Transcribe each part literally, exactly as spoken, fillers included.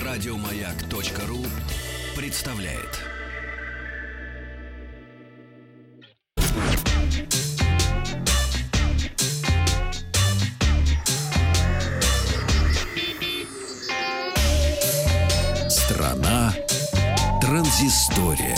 Радиомаяк.ру представляет. Страна транзистория.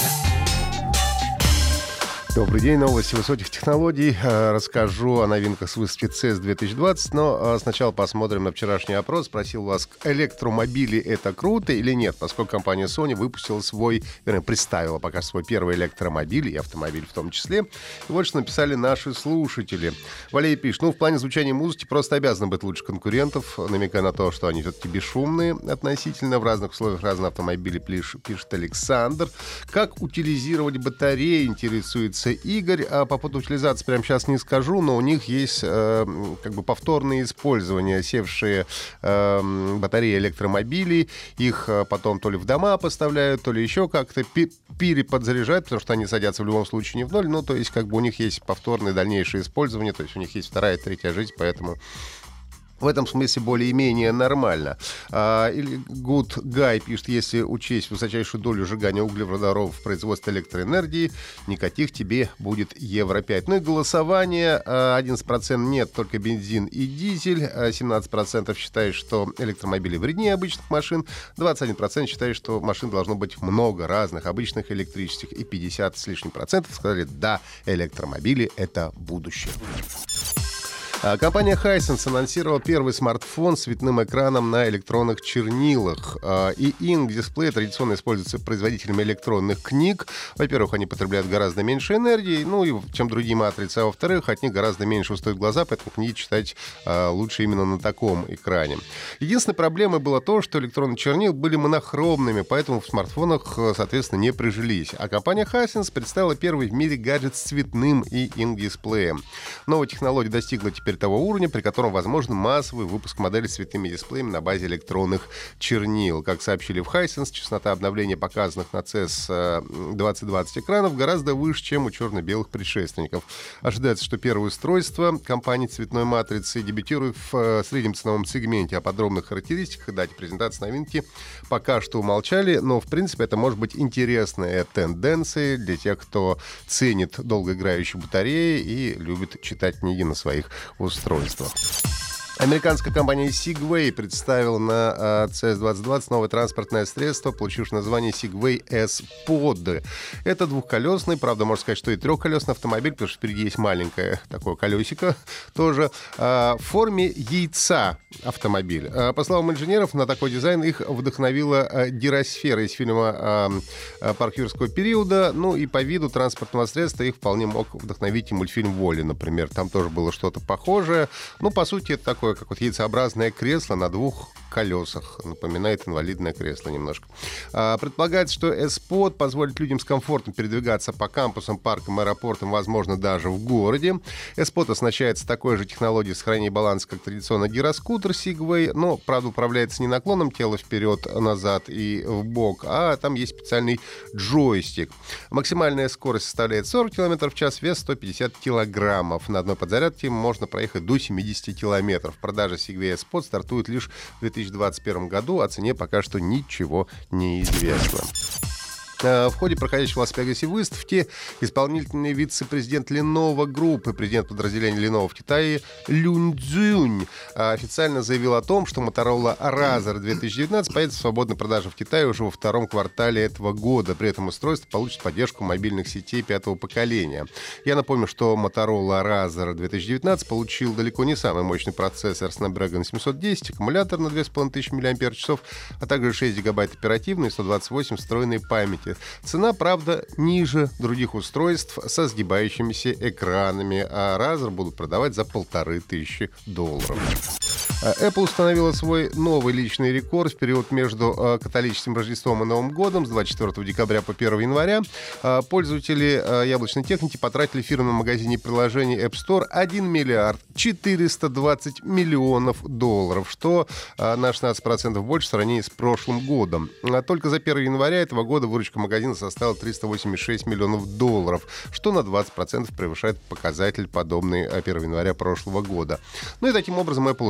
Добрый день, новости высоких технологий. Расскажу о новинках с выставки си и эс две тысячи двадцать, но сначала посмотрим на вчерашний опрос. Спросил вас, электромобили — это круто или нет, поскольку компания Sony выпустила свой, вернее, представила пока свой первый электромобиль, и автомобиль в том числе. И вот что написали наши слушатели. Валерий пишет, ну, в плане звучания музыки просто обязаны быть лучше конкурентов, намекая на то, что они все-таки бесшумные относительно, в разных условиях разные автомобили, пишет Александр. Как утилизировать батареи, интересуется Игорь. А по поводу утилизации прямо сейчас не скажу, но у них есть э, как бы повторные использования, севшие э, батареи электромобилей. Их э, потом то ли в дома поставляют, то ли еще как-то пи- переподзаряжают, потому что они садятся в любом случае не в ноль. Ну, то есть как бы у них есть повторное дальнейшее использование, то есть у них есть вторая, третья жизнь, поэтому в этом смысле более-менее нормально. Или Good Guy пишет, если учесть высочайшую долю сжигания углеводородов в производстве электроэнергии, никаких тебе будет евро пять. Ну и голосование. одиннадцать процентов нет, только бензин и дизель. семнадцать процентов считает, что электромобили вреднее обычных машин. двадцать один процент считает, что машин должно быть много разных, обычных электрических. И пятьдесят с лишним процентов сказали, да, электромобили — это будущее. Компания Hisense анонсировала первый смартфон с цветным экраном на электронных чернилах. И Ink Display традиционно используется производителями электронных книг. Во-первых, они потребляют гораздо меньше энергии, ну и чем другие матрицы. А во-вторых, от них гораздо меньше устают глаза, поэтому книги читать лучше именно на таком экране. Единственной проблемой было то, что электронные чернила были монохромными, поэтому в смартфонах, соответственно, не прижились. А компания Hisense представила первый в мире гаджет с цветным и Ink Display. Новая технология достигла теперь того уровня, при котором возможен массовый выпуск моделей с цветными дисплеями на базе электронных чернил. Как сообщили в Hisense, частота обновления показанных на си и эс двадцать двадцать экранов гораздо выше, чем у черно-белых предшественников. Ожидается, что первое устройство компании цветной матрицы дебютирует в среднем ценовом сегменте. О подробных характеристиках и дате презентации новинки пока что умолчали, но, в принципе, это может быть интересная тенденция для тех, кто ценит долгоиграющие батареи и любит читать книги на своих устройствах. Американская компания Segway представила на си и эс двадцать двадцать новое транспортное средство, получившее название Segway S-Pod. Это двухколесный, правда, можно сказать, что и трехколесный автомобиль, потому что впереди есть маленькое такое колесико тоже, в форме яйца автомобиль. По словам инженеров, на такой дизайн их вдохновила гиросфера из фильма «Парк юрского периода». Ну и по виду транспортного средства их вполне мог вдохновить и мультфильм «Воля», например. Там тоже было что-то похожее. Ну, по сути, это такое, как вот яйцеобразное кресло на двух колесах. Напоминает инвалидное кресло немножко. А, предполагается, что S-Pod позволит людям с комфортом передвигаться по кампусам, паркам, аэропортам, возможно, даже в городе. S-Pod оснащается такой же технологией сохранения баланса, как традиционный гироскутер Segway, но, правда, управляется не наклоном тела вперед-назад и вбок, а там есть специальный джойстик. Максимальная скорость составляет сорок километров в час, вес сто пятьдесят килограммов. На одной подзарядке можно проехать до семьдесят километров. Продажа Segway S-Pod стартует лишь в две тысячи двадцать первом году. О цене пока что ничего не известно. В ходе проходящей в Лас-Вегасе выставки исполнительный вице-президент Lenovo Group и президент подразделения Lenovo в Китае Люн Цзюнь официально заявил о том, что Motorola Razr две тысячи девятнадцать появится в свободной продаже в Китае уже во втором квартале этого года. При этом устройство получит поддержку мобильных сетей пятого поколения. Я напомню, что Motorola Razr две тысячи девятнадцать получил далеко не самый мощный процессор Snapdragon семьсот десять, аккумулятор на две тысячи пятьсот миллиампер-часов, а также шесть гигабайт оперативной и сто двадцать восемь встроенной памяти. Цена, правда, ниже других устройств со сгибающимися экранами, а Razer будут продавать за полторы тысячи долларов. Apple установила свой новый личный рекорд в период между католическим Рождеством и Новым годом с двадцать четвёртого декабря по первого января. Пользователи яблочной техники потратили в фирменном магазине приложений App Store один миллиард четыреста двадцать миллионов долларов, что на шестнадцать процентов больше в сравнении с прошлым годом. Только за первого января этого года выручка магазина составила триста восемьдесят шесть миллионов долларов, что на двадцать процентов превышает показатель, подобный первого января прошлого года. Ну и таким образом Apple установила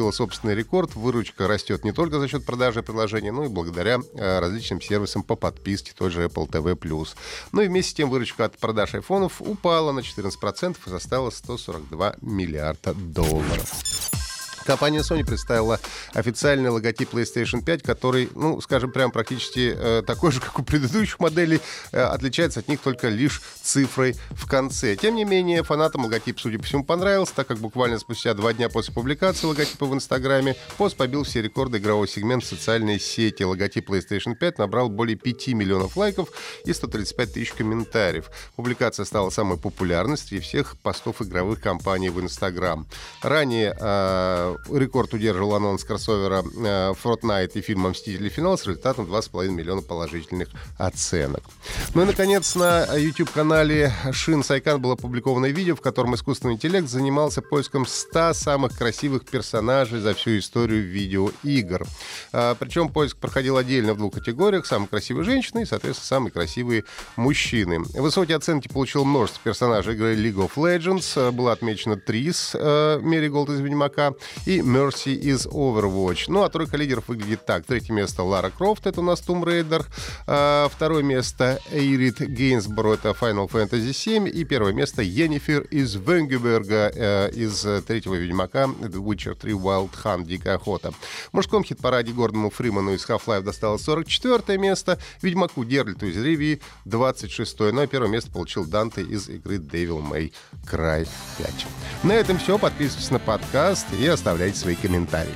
установила собственный рекорд. Выручка растет не только за счет продажи приложений, но и благодаря различным сервисам по подписке, той же Apple ти ви плюс. Ну и вместе с тем выручка от продаж айфонов упала на четырнадцать процентов и составила сто сорок два миллиарда долларов. Компания Sony представила официальный логотип PlayStation пять, который, ну, скажем, прям практически э, такой же, как у предыдущих моделей, э, отличается от них только лишь цифрой в конце. Тем не менее, фанатам логотип, судя по всему, понравился, так как буквально спустя два дня после публикации логотипа в Инстаграме пост побил все рекорды игрового сегмента в социальной сети. Логотип PlayStation пять набрал более пяти миллионов лайков и сто тридцать пять тысяч комментариев. Публикация стала самой популярной среди всех постов игровых компаний в Инстаграм. Ранее э, рекорд удерживал анонс кроссовера э, Fortnite и фильма «Мстители. Финал» с результатом два с половиной миллиона положительных оценок. Ну и, наконец, на YouTube-канале Shin Saikan было опубликовано видео, в котором искусственный интеллект занимался поиском ста самых красивых персонажей за всю историю видеоигр. Э, причем поиск проходил отдельно в двух категориях: самые красивые женщины и, соответственно, самые красивые мужчины. Высокие оценки получил множество персонажей игры League of Legends. Была отмечена Трис, э, Мэриголд из «Ведьмака», и Мерси из Overwatch. Ну, а тройка лидеров выглядит так. Третье место Лара Крофт, это у нас Tomb Raider. А, второе место Эйрит Гейнсборо, это Final Fantasy семь. И первое место Йеннифер из Венгеберга, э, из третьего Ведьмака The Witcher три Wild Hunt, Дикая охота. В мужском хит-параде Гордону Фриману из Half-Life досталось сорок четвёртое место, Ведьмаку Геральту из Ривии двадцать шестое. Ну, а первое место получил Данте из игры Devil May Cry пять. На этом все. Подписывайтесь на подкаст и оставляйте свои комментарии.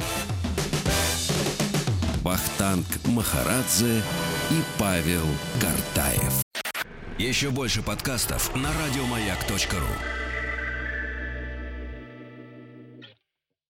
Вахтанг Махарадзе и Павел Картаев. Еще больше подкастов на радиомаяк точка ру.